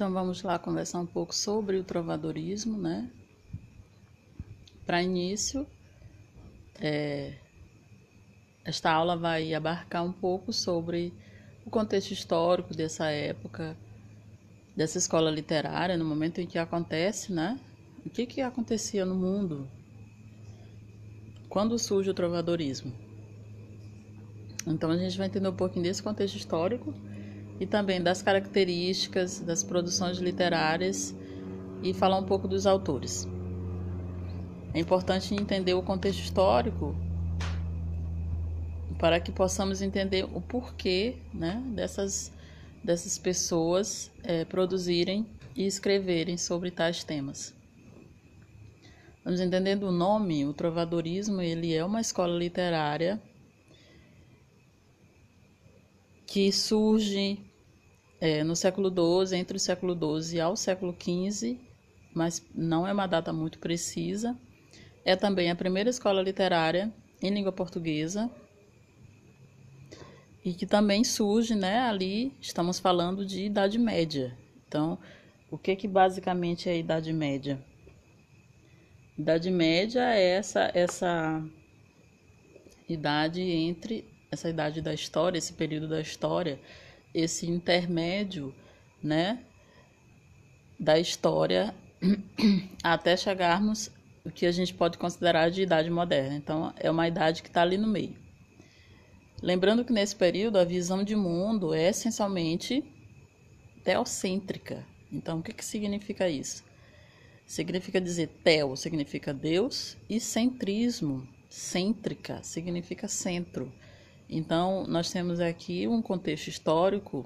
Então vamos lá conversar um pouco sobre o trovadorismo, né? Para início, esta aula vai abarcar um pouco sobre o contexto histórico dessa época, dessa escola literária, no momento em que acontece, né? O que acontecia no mundo quando surge o trovadorismo. Então a gente vai entender um pouquinho desse contexto histórico e também das características das produções literárias e falar um pouco dos autores. É importante entender o contexto histórico para que possamos entender o porquê, né, dessas pessoas produzirem e escreverem sobre tais temas. Vamos entendendo o nome, o trovadorismo, ele é uma escola literária que surge no século XII, entre o século XII ao século XV, mas não é uma data muito precisa. É também a primeira escola literária em língua portuguesa e que também surge, né, ali estamos falando de Idade Média. Então, o que basicamente é a Idade Média? Idade Média é essa idade da história, esse período da história, esse intermédio, né, da história até chegarmos o que a gente pode considerar de idade moderna. Então, é uma idade que está ali no meio. Lembrando que nesse período a visão de mundo é essencialmente teocêntrica. Então, o que significa isso? Significa dizer teo, significa Deus, e centrismo, cêntrica, significa centro. Então, nós temos aqui um contexto histórico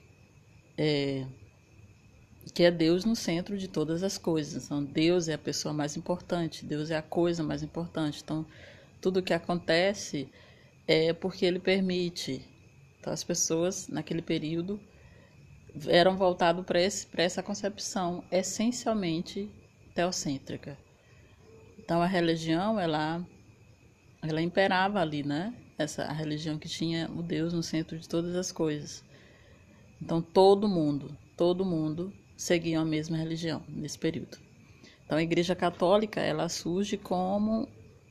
que é Deus no centro de todas as coisas. Então, Deus é a pessoa mais importante, Deus é a coisa mais importante. Então, tudo o que acontece é porque Ele permite. Então, as pessoas, naquele período, eram voltadas para essa concepção essencialmente teocêntrica. Então, a religião, ela imperava ali, né? A religião que tinha o Deus no centro de todas as coisas. Então, todo mundo seguia a mesma religião nesse período. Então, a Igreja Católica, ela surge como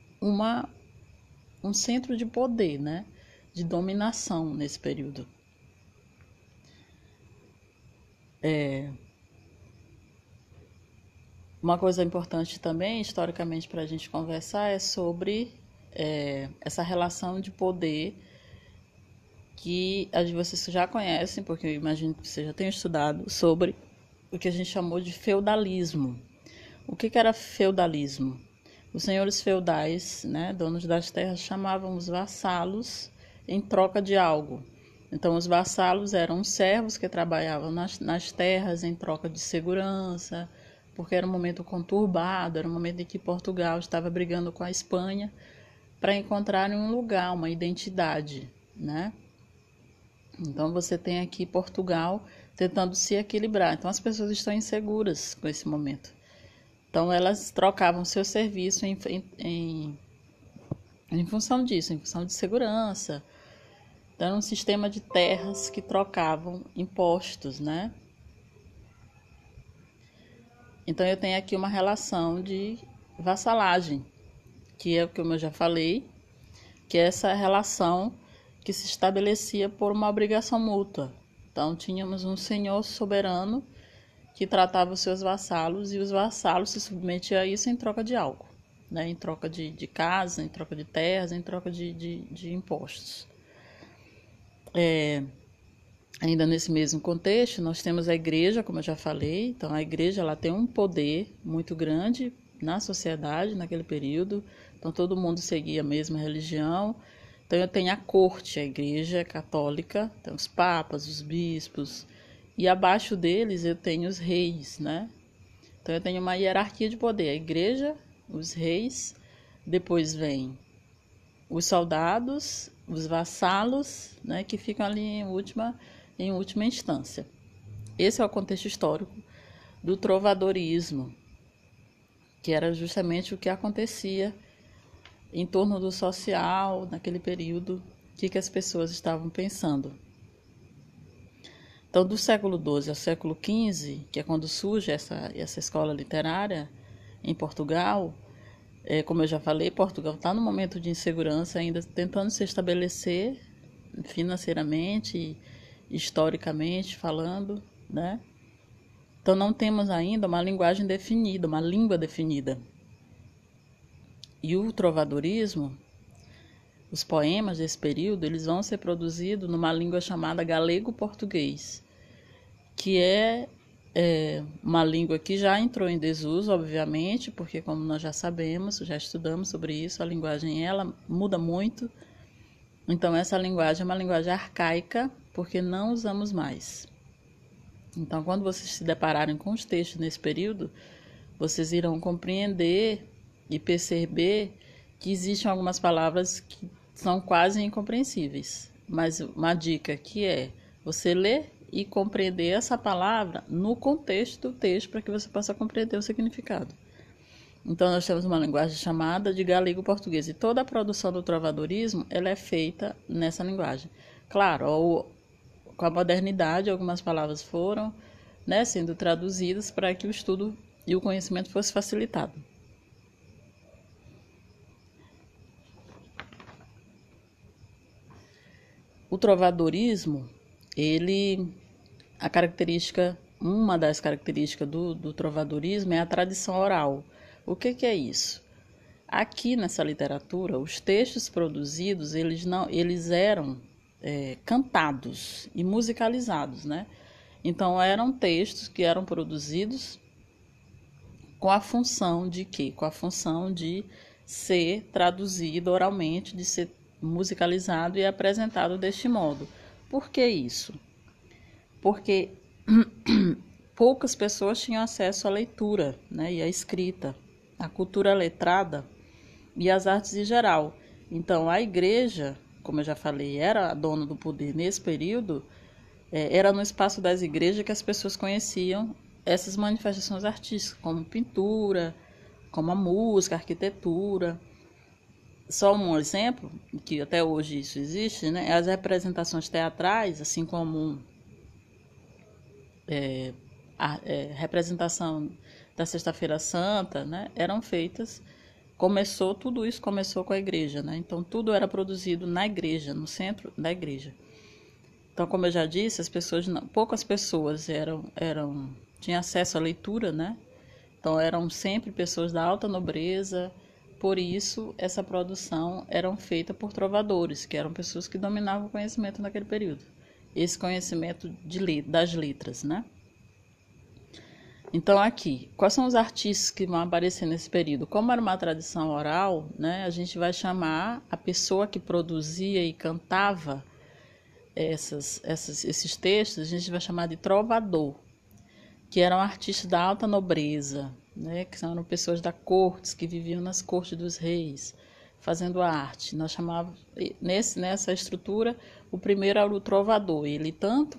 um centro de poder, né? De dominação nesse período. Uma coisa importante também, historicamente, para a gente conversar é sobre essa relação de poder que vocês já conhecem, porque eu imagino que vocês já tenham estudado sobre o que a gente chamou de feudalismo. O que era feudalismo? Os senhores feudais, né, donos das terras, chamavam os vassalos em troca de algo. Então, os vassalos eram servos que trabalhavam nas terras em troca de segurança, porque era um momento conturbado, era um momento em que Portugal estava brigando com a Espanha para encontrar um lugar, uma identidade, né? Então, você tem aqui Portugal tentando se equilibrar. Então, as pessoas estão inseguras com esse momento. Então, elas trocavam seu serviço em função disso, em função de segurança. Então, era um sistema de terras que trocavam impostos, né? Então, eu tenho aqui uma relação de vassalagem, que é o que eu já falei, que é essa relação que se estabelecia por uma obrigação mútua. Então, tínhamos um senhor soberano que tratava os seus vassalos e os vassalos se submetiam a isso em troca de algo, né? Em troca de casa, em troca de terras, em troca de impostos. Ainda nesse mesmo contexto, nós temos a igreja, como eu já falei. Então, a igreja ela tem um poder muito grande na sociedade naquele período. Então, todo mundo seguia a mesma religião. Então, eu tenho a corte, a igreja católica, então os papas, os bispos, e abaixo deles eu tenho os reis, né? Então, eu tenho uma hierarquia de poder, a igreja, os reis, depois vem os soldados, os vassalos, né, que ficam ali em última instância. Esse é o contexto histórico do trovadorismo, que era justamente o que acontecia em torno do social, naquele período, o que as pessoas estavam pensando. Então, do século XII ao século XV, que é quando surge essa escola literária em Portugal, como eu já falei, Portugal está num momento de insegurança, ainda tentando se estabelecer financeiramente, historicamente falando, né? Então não temos ainda uma linguagem definida, uma língua definida. E o trovadorismo, os poemas desse período, eles vão ser produzidos numa língua chamada galego-português, que é uma língua que já entrou em desuso, obviamente, porque como nós já sabemos, já estudamos sobre isso, a linguagem ela muda muito. Então essa linguagem é uma linguagem arcaica, porque não usamos mais. Então quando vocês se depararem com os textos nesse período, vocês irão compreender e perceber que existem algumas palavras que são quase incompreensíveis. Mas uma dica que é você ler e compreender essa palavra no contexto do texto para que você possa compreender o significado. Então nós temos uma linguagem chamada de galego-português e toda a produção do trovadorismo ela é feita nessa linguagem. Claro, com a modernidade algumas palavras foram, né, sendo traduzidas para que o estudo e o conhecimento fosse facilitado. O trovadorismo, uma das características do trovadorismo é a tradição oral. O que é isso? Aqui nessa literatura, os textos produzidos, eles eram cantados e musicalizados, né? Então, eram textos que eram produzidos com a função de quê? Com a função de ser traduzido oralmente, de ser musicalizado e apresentado deste modo. Por que isso? Porque poucas pessoas tinham acesso à leitura, né, e à escrita, à cultura letrada e às artes em geral. Então, a igreja, como eu já falei, era a dona do poder nesse período, era no espaço das igrejas que as pessoas conheciam essas manifestações artísticas, como pintura, como a música, a arquitetura. Só um exemplo, que até hoje isso existe, né? As representações teatrais, assim como a representação da Sexta-feira Santa, né? Eram feitas, tudo isso começou com a igreja, né? Então tudo era produzido na igreja, no centro da igreja. Então, como eu já disse, poucas pessoas tinham acesso à leitura, né? Então eram sempre pessoas da alta nobreza. Por isso, essa produção era feita por trovadores, que eram pessoas que dominavam o conhecimento naquele período. Esse conhecimento das letras, né? Então, aqui, quais são os artistas que vão aparecer nesse período? Como era uma tradição oral, né, a gente vai chamar a pessoa que produzia e cantava esses textos, a gente vai chamar de trovador, que eram artistas da alta nobreza, né, que eram pessoas da corte, que viviam nas cortes dos reis, fazendo arte. Nós chamávamos, nessa estrutura, o primeiro era o trovador. Eles tanto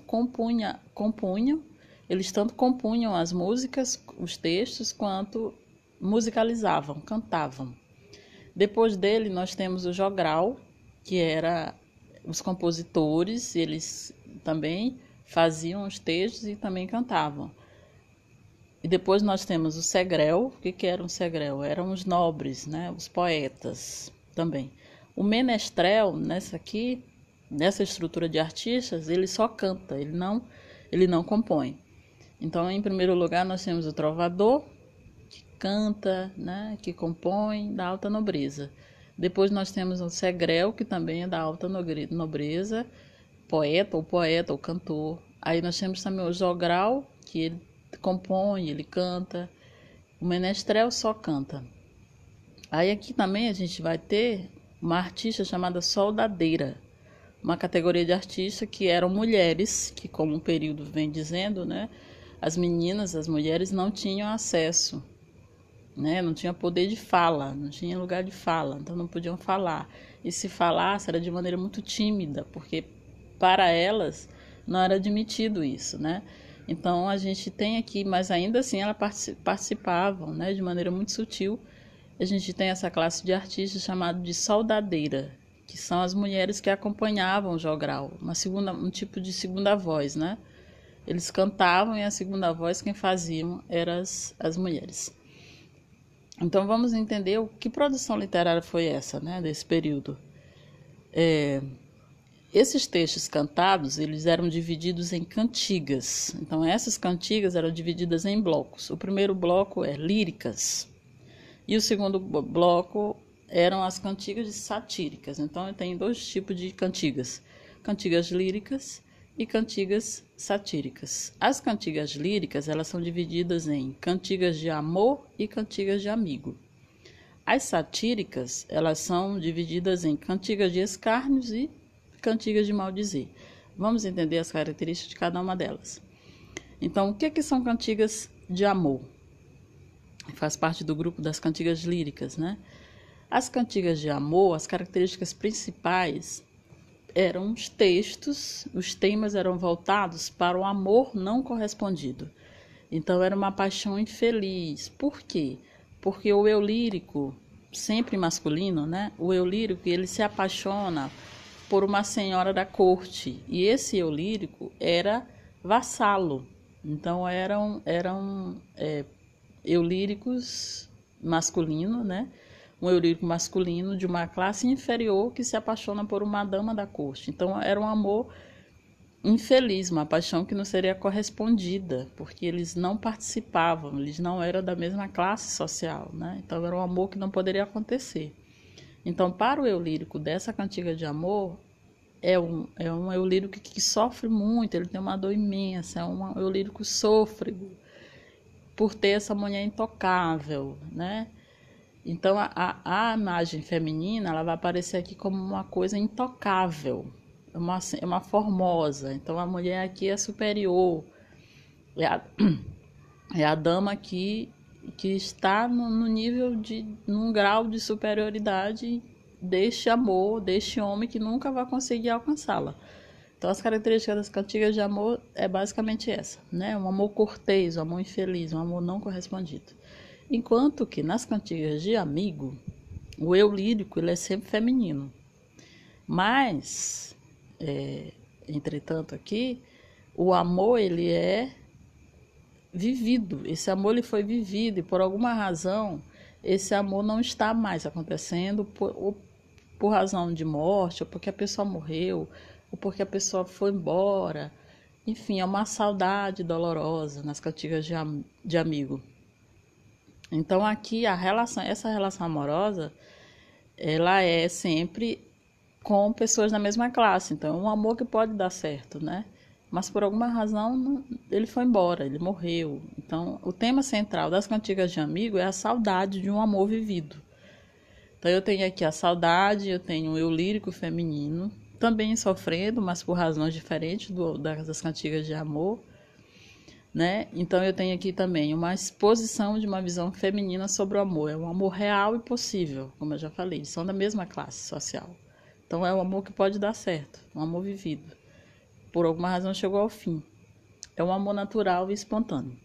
compunham as músicas, os textos, quanto musicalizavam, cantavam. Depois dele, nós temos o jogral, que era os compositores, eles também faziam os textos e também cantavam. E depois nós temos o segrel. O que era um segrel? Eram os nobres, né? Os poetas também. O menestrel, nessa estrutura de artistas, ele só canta, ele não compõe. Então, em primeiro lugar, nós temos o trovador, que canta, né? Que compõe, da alta nobreza. Depois nós temos o segrel, que também é da alta nobreza, poeta ou cantor. Aí nós temos também o jogral, que ele compõe, ele canta. O menestrel só canta. Aí aqui também a gente vai ter uma artista chamada soldadeira, uma categoria de artista que eram mulheres, que como o período vem dizendo, né, as mulheres não tinham acesso, né, não tinham poder de fala, não tinha lugar de fala, então não podiam falar. E se falasse era de maneira muito tímida, porque para elas não era admitido isso, né? Então a gente tem aqui, mas ainda assim elas participavam, né, de maneira muito sutil. A gente tem essa classe de artistas chamada de soldadeira, que são as mulheres que acompanhavam o jogral, um tipo de segunda voz, né? eles cantavam e a segunda voz quem faziam eram as mulheres. Então vamos entender que produção literária foi essa, né, desse período. Esses textos cantados, eles eram divididos em cantigas. Então essas cantigas eram divididas em blocos. O primeiro bloco é líricas e o segundo bloco eram as cantigas satíricas. Então tem dois tipos de cantigas: cantigas líricas e cantigas satíricas. As cantigas líricas, elas são divididas em cantigas de amor e cantigas de amigo. As satíricas, elas são divididas em cantigas de escárnios e cantigas de maldizer. Vamos entender as características de cada uma delas. Então, o que são cantigas de amor? Faz parte do grupo das cantigas líricas, né? As cantigas de amor, as características principais eram os textos, os temas eram voltados para o amor não correspondido. Então, era uma paixão infeliz. Por quê? Porque o eu lírico, sempre masculino, né? O eu lírico, ele se apaixona por uma senhora da corte. E esse eu lírico era vassalo. Então, eram eu líricos masculino, né? Um eu lírico masculino de uma classe inferior que se apaixona por uma dama da corte. Então, era um amor infeliz, uma paixão que não seria correspondida, porque eles não participavam, eles não eram da mesma classe social, né? Então, era um amor que não poderia acontecer. Então, para o eu lírico dessa cantiga de amor, é um eu lírico que sofre muito, ele tem uma dor imensa, é um eu lírico sôfrego por ter essa mulher intocável, né? Então, a imagem feminina, ela vai aparecer aqui como uma coisa intocável, é uma formosa. Então, a mulher aqui é superior, é a dama que está no nível num grau de superioridade deste amor, deste homem que nunca vai conseguir alcançá-la. Então, as características das cantigas de amor é basicamente essa, né? Um amor cortês, um amor infeliz, um amor não correspondido. Enquanto que nas cantigas de amigo, o eu lírico ele é sempre feminino. Mas, entretanto aqui, o amor ele é vivido. Esse amor ele foi vivido e por alguma razão esse amor não está mais acontecendo por razão de morte, ou porque a pessoa morreu, ou porque a pessoa foi embora. Enfim, é uma saudade dolorosa nas cantigas de amigo. Então aqui essa relação amorosa, ela é sempre com pessoas da mesma classe. Então é um amor que pode dar certo, né? Mas por alguma razão ele foi embora, ele morreu. Então o tema central das cantigas de amigo é a saudade de um amor vivido. Então eu tenho aqui a saudade, eu tenho o eu lírico feminino, também sofrendo, mas por razões diferentes das cantigas de amor, né? Então eu tenho aqui também uma exposição de uma visão feminina sobre o amor. É um amor real e possível, como eu já falei, eles são da mesma classe social. Então é um amor que pode dar certo, um amor vivido. Por alguma razão chegou ao fim. É um amor natural e espontâneo.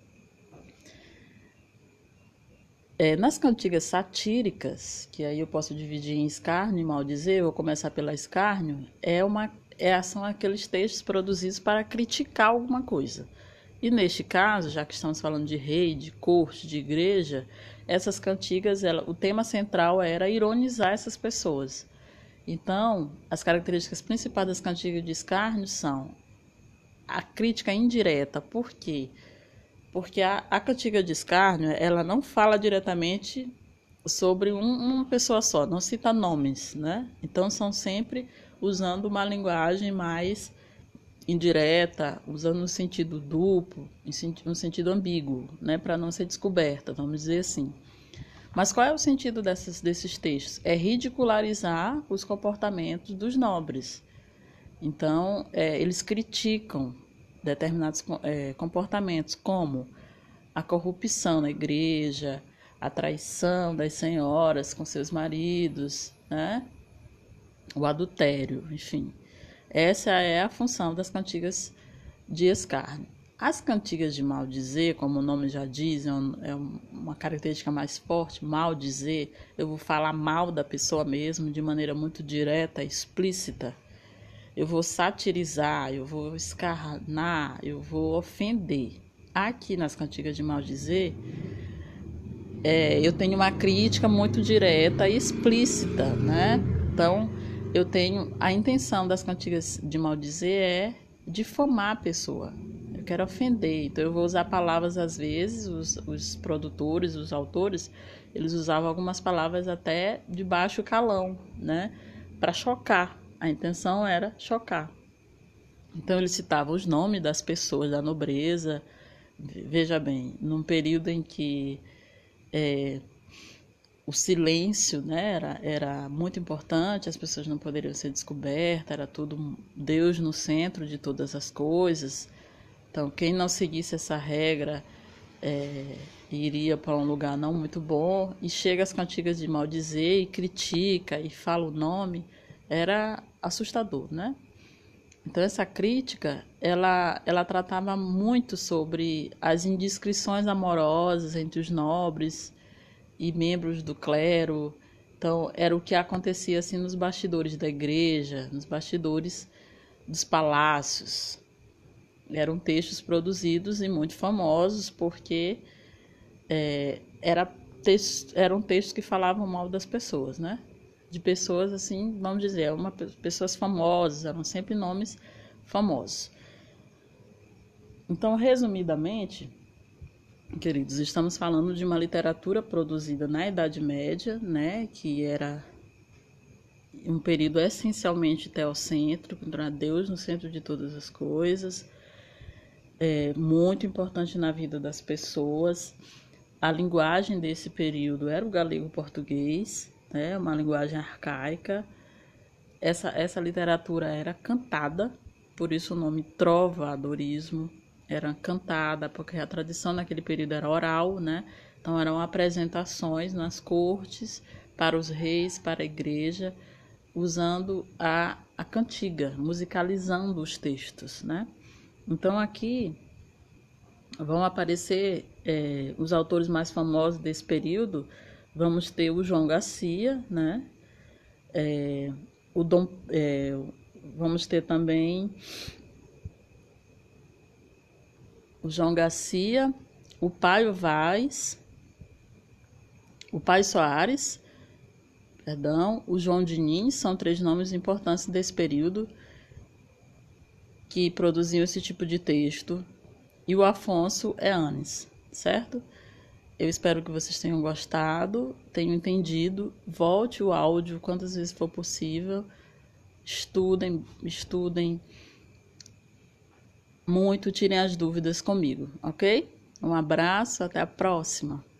Nas cantigas satíricas, que aí eu posso dividir em escárnio e maldizer, eu vou começar pela escárnio, são aqueles textos produzidos para criticar alguma coisa. E neste caso, já que estamos falando de rei, de corte, de igreja, essas cantigas, o tema central era ironizar essas pessoas. Então, as características principais das cantigas de escárnio são a crítica indireta. Por quê? Porque a cantiga de escárnio, ela não fala diretamente sobre uma pessoa só, não cita nomes, né? Então, são sempre usando uma linguagem mais indireta, usando um sentido duplo, um sentido ambíguo, né? Para não ser descoberta, vamos dizer assim. Mas qual é o sentido desses textos? É ridicularizar os comportamentos dos nobres. Então, eles criticam determinados comportamentos, como a corrupção na igreja, a traição das senhoras com seus maridos, né? O adultério, enfim. Essa é a função das cantigas de escárnio. As cantigas de maldizer, como o nome já diz, é uma característica mais forte, maldizer. Eu vou falar mal da pessoa mesmo, de maneira muito direta, explícita. eu vou satirizar, eu vou escarnar, eu vou ofender. Aqui nas cantigas de maldizer, eu tenho uma crítica muito direta e explícita, né? Então, eu tenho a intenção das cantigas de maldizer é difamar a pessoa. Eu quero ofender, então eu vou usar palavras às vezes, os produtores, os autores, eles usavam algumas palavras até de baixo calão, né? Para chocar. A intenção era chocar. Então ele citava os nomes das pessoas da nobreza. Veja bem, num período em que o silêncio, né, era muito importante, as pessoas não poderiam ser descobertas, era tudo Deus no centro de todas as coisas. Então quem não seguisse essa regra iria para um lugar não muito bom, e chega as cantigas de maldizer e critica e fala o nome, era assustador, né? Então essa crítica, ela tratava muito sobre as indiscrições amorosas entre os nobres e membros do clero. Então era o que acontecia assim nos bastidores da igreja, nos bastidores dos palácios. Eram textos produzidos e muito famosos porque eram textos que falavam mal das pessoas, né? De pessoas assim, vamos dizer, pessoas famosas, eram sempre nomes famosos. Então, resumidamente, queridos, estamos falando de uma literatura produzida na Idade Média, né? Que era um período essencialmente teocêntrico, Deus no centro de todas as coisas. Muito importante na vida das pessoas. A linguagem desse período era o galego-português, né? Uma linguagem arcaica. Essa literatura era cantada, por isso o nome trovadorismo, era cantada, porque a tradição naquele período era oral, né? Então eram apresentações nas cortes, para os reis, para a igreja, usando a cantiga, musicalizando os textos, né? Então aqui vão aparecer os autores mais famosos desse período. Vamos ter o João Garcia, né? Vamos ter também o João Garcia, o Paio Vaz, o Paio Soares, o João Diniz. São 3 nomes importantes desse período que produziam esse tipo de texto. E o Afonso Eanes, certo? Eu espero que vocês tenham gostado, tenham entendido. Volte o áudio quantas vezes for possível. Estudem muito, tirem as dúvidas comigo, ok? Um abraço, até a próxima.